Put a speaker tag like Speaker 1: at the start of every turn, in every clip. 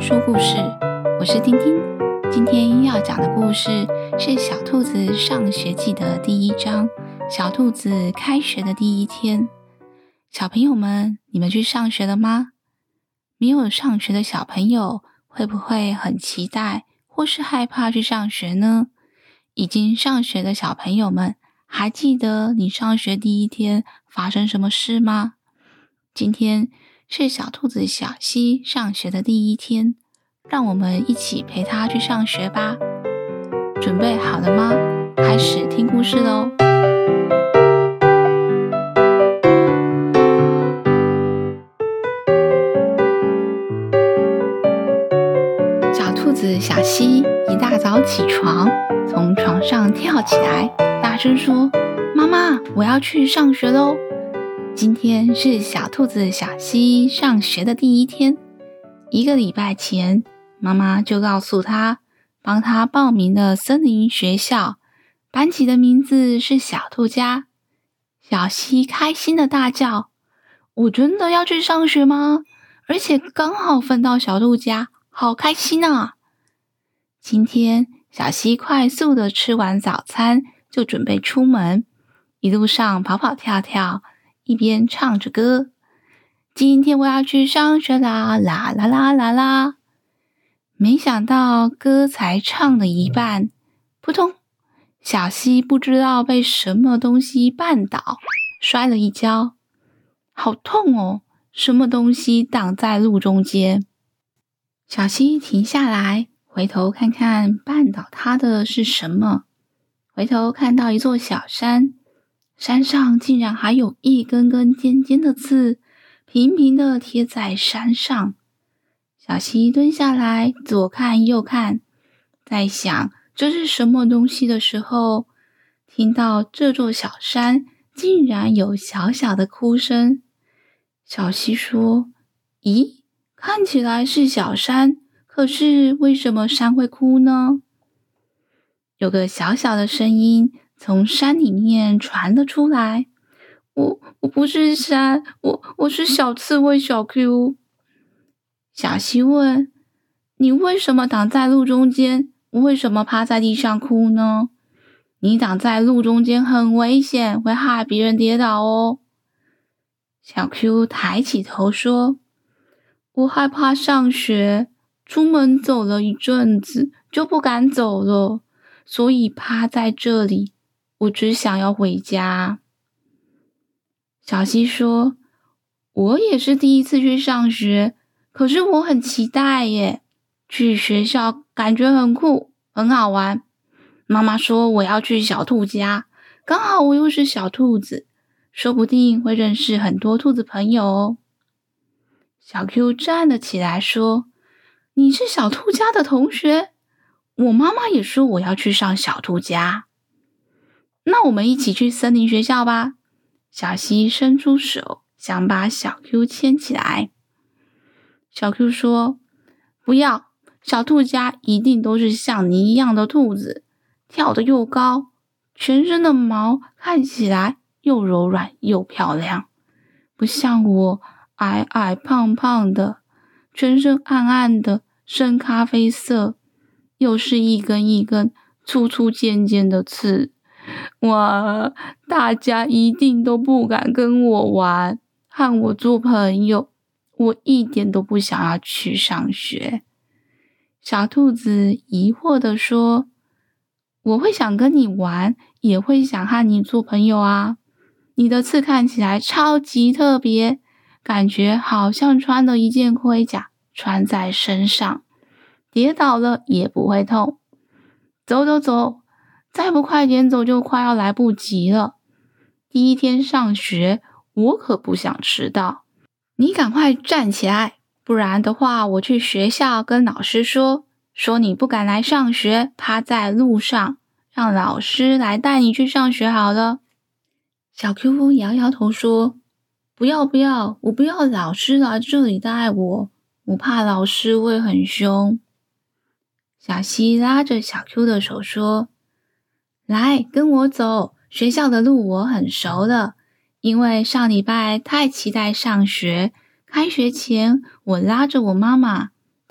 Speaker 1: 说故事，我是丁丁。今天要讲的故事是小兔子上学记的第一章，小兔子开学的第一天。小朋友们，你们去上学了吗？没有上学的小朋友会不会很期待或是害怕去上学呢？已经上学的小朋友们，还记得你上学第一天发生什么事吗？今天是小兔子小希上学的第一天，让我们一起陪他去上学吧。准备好了吗？开始听故事咯。小兔子小希一大早起床，从床上跳起来，大声说：妈妈，我要去上学咯。今天是小兔子小希上学的第一天。1个礼拜前，妈妈就告诉他，帮他报名了森林学校，班级的名字是小兔家。小希开心的大叫：我真的要去上学吗？而且刚好分到小兔家，好开心啊！今天小希快速的吃完早餐，就准备出门，一路上跑跑跳跳，一边唱着歌。今天我要去上学啦，啦啦啦啦啦。没想到歌才唱了一半，扑通，小希不知道被什么东西绊倒，摔了一跤。好痛哦，什么东西挡在路中间。小希停下来，回头看看绊倒他的是什么。回头看到一座小山，山上竟然还有一根根尖尖的刺，平平的贴在山上。小希蹲下来，左看右看，在想这是什么东西的时候，听到这座小山竟然有小小的哭声。小希说：咦，看起来是小山，可是为什么山会哭呢？有个小小的声音从山里面传了出来，我不是山，我是小刺猬小 Q。 小希问：你为什么挡在路中间？为什么趴在地上哭呢？你挡在路中间很危险，会害别人跌倒哦。小 Q 抬起头说：我害怕上学，出门走了一阵子就不敢走了，所以趴在这里，我只想要回家。小希说：我也是第一次去上学，可是我很期待耶，去学校感觉很酷，很好玩。妈妈说我要去小兔家，刚好我又是小兔子，说不定会认识很多兔子朋友哦。小 Q 站了起来说：你是小兔家的同学？我妈妈也说我要去上小兔家。那我们一起去森林学校吧。小希伸出手，想把小 Q 牵起来。小 Q 说：不要，小兔家一定都是像你一样的兔子，跳得又高，全身的毛看起来又柔软又漂亮，不像我矮矮胖胖的，全身暗暗的深咖啡色，又是一根一根粗粗尖尖的刺。哇，大家一定都不敢跟我玩，和我做朋友，我一点都不想要去上学。小兔子疑惑地说：我会想跟你玩，也会想和你做朋友啊。你的刺看起来超级特别，感觉好像穿了一件盔甲穿在身上，跌倒了也不会痛。走走走，再不快点走就快要来不及了。第一天上学，我可不想迟到。你赶快站起来，不然的话我去学校跟老师说你不敢来上学，趴在路上，让老师来带你去上学好了。小 Q 摇摇头说：不要不要，我不要老师来这里带我，我怕老师会很凶。小希拉着小 Q 的手说：来，跟我走，学校的路我很熟了，因为上礼拜太期待上学，开学前我拉着我妈妈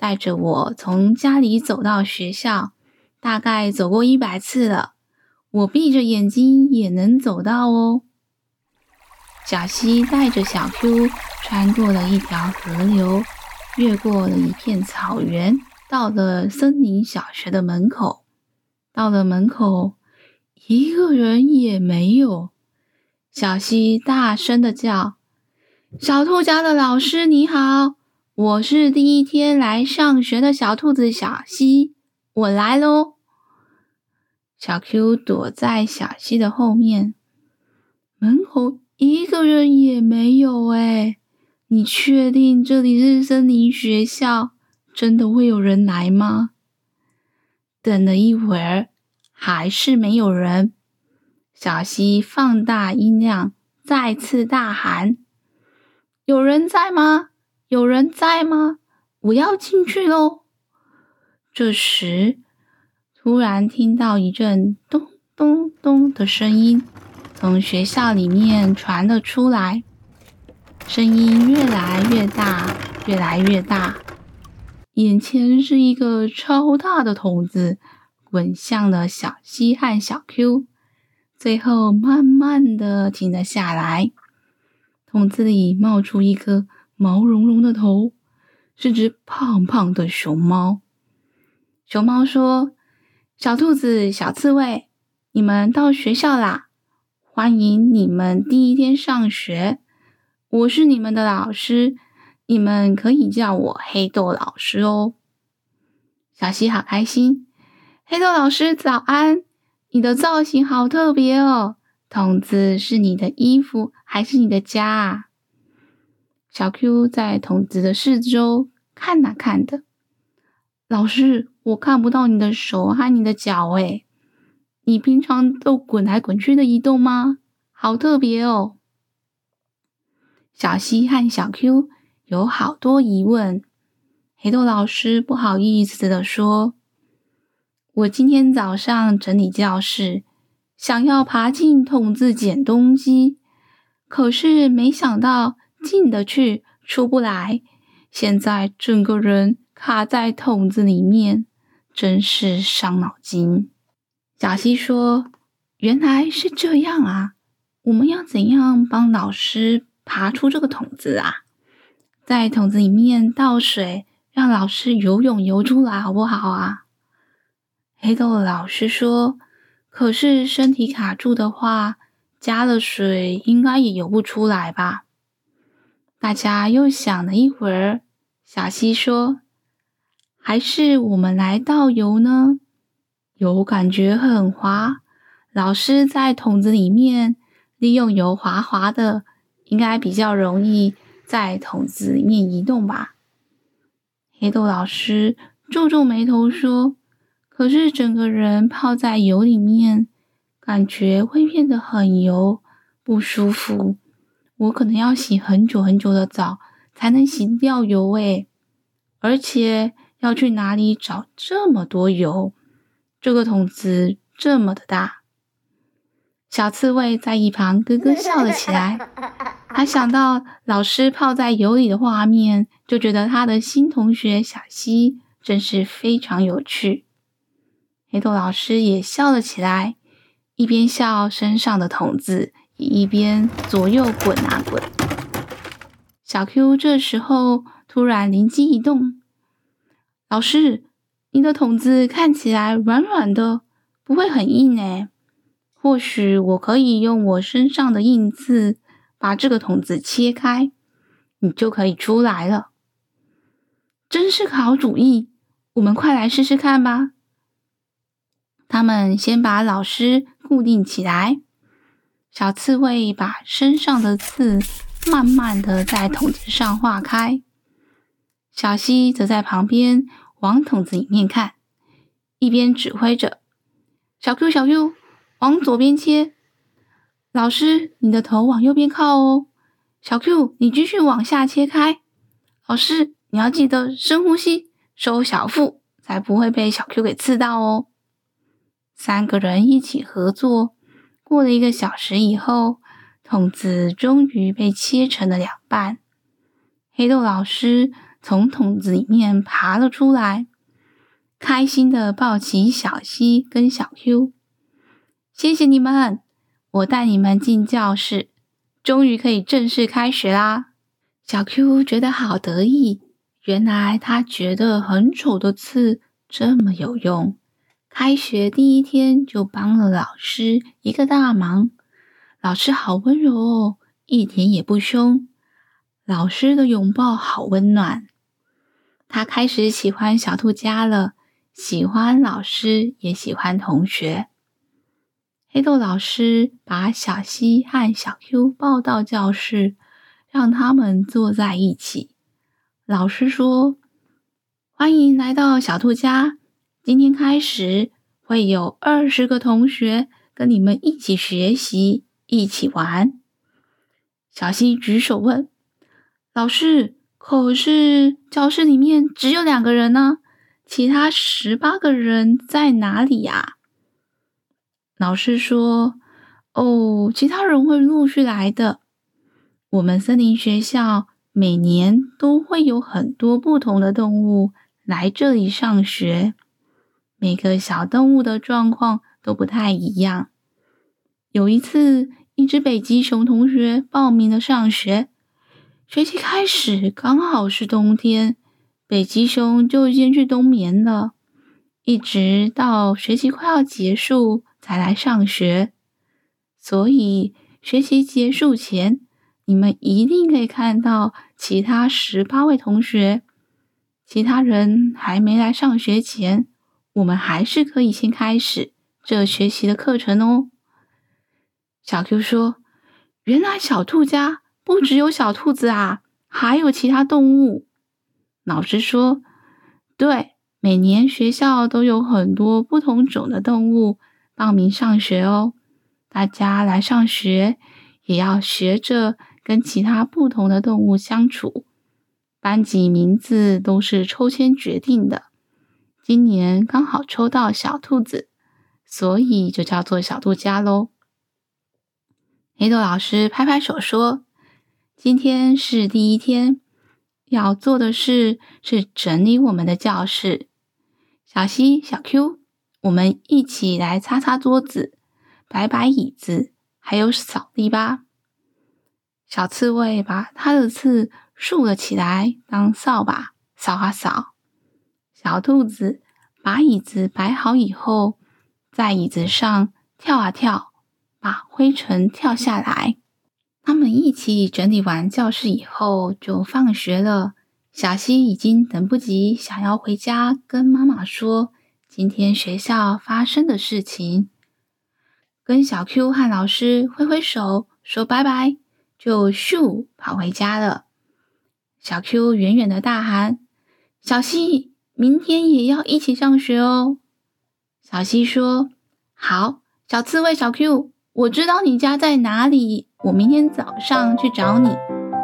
Speaker 1: 带着我从家里走到学校，大概走过100次了，我闭着眼睛也能走到哦。小溪带着小 Q 穿过了一条河流，越过了一片草原，到了森林小学的门口。到了门口，一个人也没有。小溪大声地叫：小兔家的老师你好，我是第一天来上学的小兔子小溪，我来咯。小 Q 躲在小溪的后面，门口一个人也没有欸，你确定这里是森林学校？真的会有人来吗？等了一会儿，还是没有人。小溪放大音量，再次大喊：有人在吗？有人在吗？我要进去咯。这时，突然听到一阵咚咚咚的声音从学校里面传了出来，声音越来越大，越来越大。眼前是一个超大的桶子，滚向了小溪和小 Q， 最后慢慢的停了下来。桶子里冒出一个毛茸茸的头，是只胖胖的熊猫。熊猫说：小兔子、小刺猬，你们到学校啦，欢迎你们第一天上学，我是你们的老师，你们可以叫我黑豆老师哦。小溪好开心，黑豆老师早安，你的造型好特别哦，桶子是你的衣服还是你的家啊？小 Q 在桶子的四周看啊看的，老师，我看不到你的手和你的脚诶，你平常都滚来滚去的移动吗？好特别哦。小溪和小 Q 有好多疑问，黑豆老师不好意思地说：我今天早上整理教室，想要爬进桶子捡东西，可是没想到进得去出不来，现在整个人卡在桶子里面，真是伤脑筋。小溪说：原来是这样啊，我们要怎样帮老师爬出这个桶子啊？在桶子里面倒水，让老师游泳游出来好不好啊？黑豆老师说：可是身体卡住的话，加了水应该也游不出来吧？大家又想了一会儿，小溪说：还是我们来倒油呢？油感觉很滑，老师在桶子里面利用油滑滑的，应该比较容易在桶子里面移动吧？黑豆老师皱皱眉头说：可是整个人泡在油里面，感觉会变得很油，不舒服。我可能要洗很久很久的澡才能洗掉油诶，而且要去哪里找这么多油？这个桶子这么的大。小刺猬在一旁咯咯笑了起来，他想到老师泡在油里的画面，就觉得他的新同学小溪真是非常有趣。黑豆老师也笑了起来，一边笑身上的桶子，也一边左右滚啊滚。小 Q 这时候突然灵机一动，老师，你的桶子看起来软软的，不会很硬诶，或许我可以用我身上的印字把这个桶子切开，你就可以出来了。真是个好主意，我们快来试试看吧。他们先把老师固定起来，小刺猬把身上的刺慢慢的在桶子上划开，小溪则在旁边往桶子里面看，一边指挥着：小 Q 小 Q， 往左边切，老师你的头往右边靠哦，小 Q 你继续往下切开，老师你要记得深呼吸，收小腹，才不会被小 Q 给刺到哦。3个人一起合作，过了1个小时以后，桶子终于被切成了2半。黑豆老师从桶子里面爬了出来，开心地抱起小西跟小 Q。谢谢你们，我带你们进教室，终于可以正式开学啦。小 Q 觉得好得意，原来他觉得很丑的刺这么有用。开学第一天就帮了老师一个大忙，老师好温柔哦，一点也不凶。老师的拥抱好温暖，他开始喜欢小兔家了，喜欢老师，也喜欢同学。黑豆老师把小西和小 Q 抱到教室，让他们坐在一起。老师说：欢迎来到小兔家，今天开始会有20个同学跟你们一起学习，一起玩。小西举手问：老师，可是教室里面只有2个人呢，其他18个人在哪里呀？老师说：其他人会陆续来的。我们森林学校每年都会有很多不同的动物来这里上学，每个小动物的状况都不太一样。有一次，一只北极熊同学报名了上学，学期开始刚好是冬天，北极熊就先去冬眠了，一直到学期快要结束才来上学。所以学期结束前，你们一定可以看到其他18位同学。其他人还没来上学前，我们还是可以先开始这学期的课程哦。小 Q 说：原来小兔家不只有小兔子啊，还有其他动物。老师说：对，每年学校都有很多不同种的动物报名上学哦。大家来上学也要学着跟其他不同的动物相处。班级名字都是抽签决定的，今年刚好抽到小兔子，所以就叫做小兔家咯。黑豆老师拍拍手说：今天是第一天，要做的事是整理我们的教室。小西、小 Q， 我们一起来擦擦桌子，摆摆椅子，还有扫地吧。小刺猬把它的刺竖了起来当扫把，扫啊扫。小兔子把椅子摆好以后，在椅子上跳啊跳，把灰尘跳下来。他们一起整理完教室以后就放学了。小西已经等不及想要回家跟妈妈说今天学校发生的事情，跟小 Q 和老师挥挥手说拜拜，就咻跑回家了。小 Q 远远的大喊：小西，明天也要一起上学哦。小西说：好。小刺猬小 Q， 我知道你家在哪里，我明天早上去找你。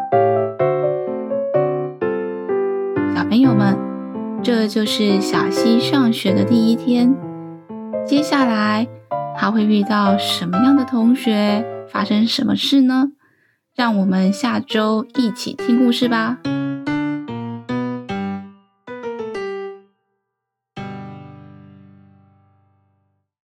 Speaker 1: 小朋友们，这就是小西上学的第一天。接下来他会遇到什么样的同学，发生什么事呢？让我们下周一起听故事吧。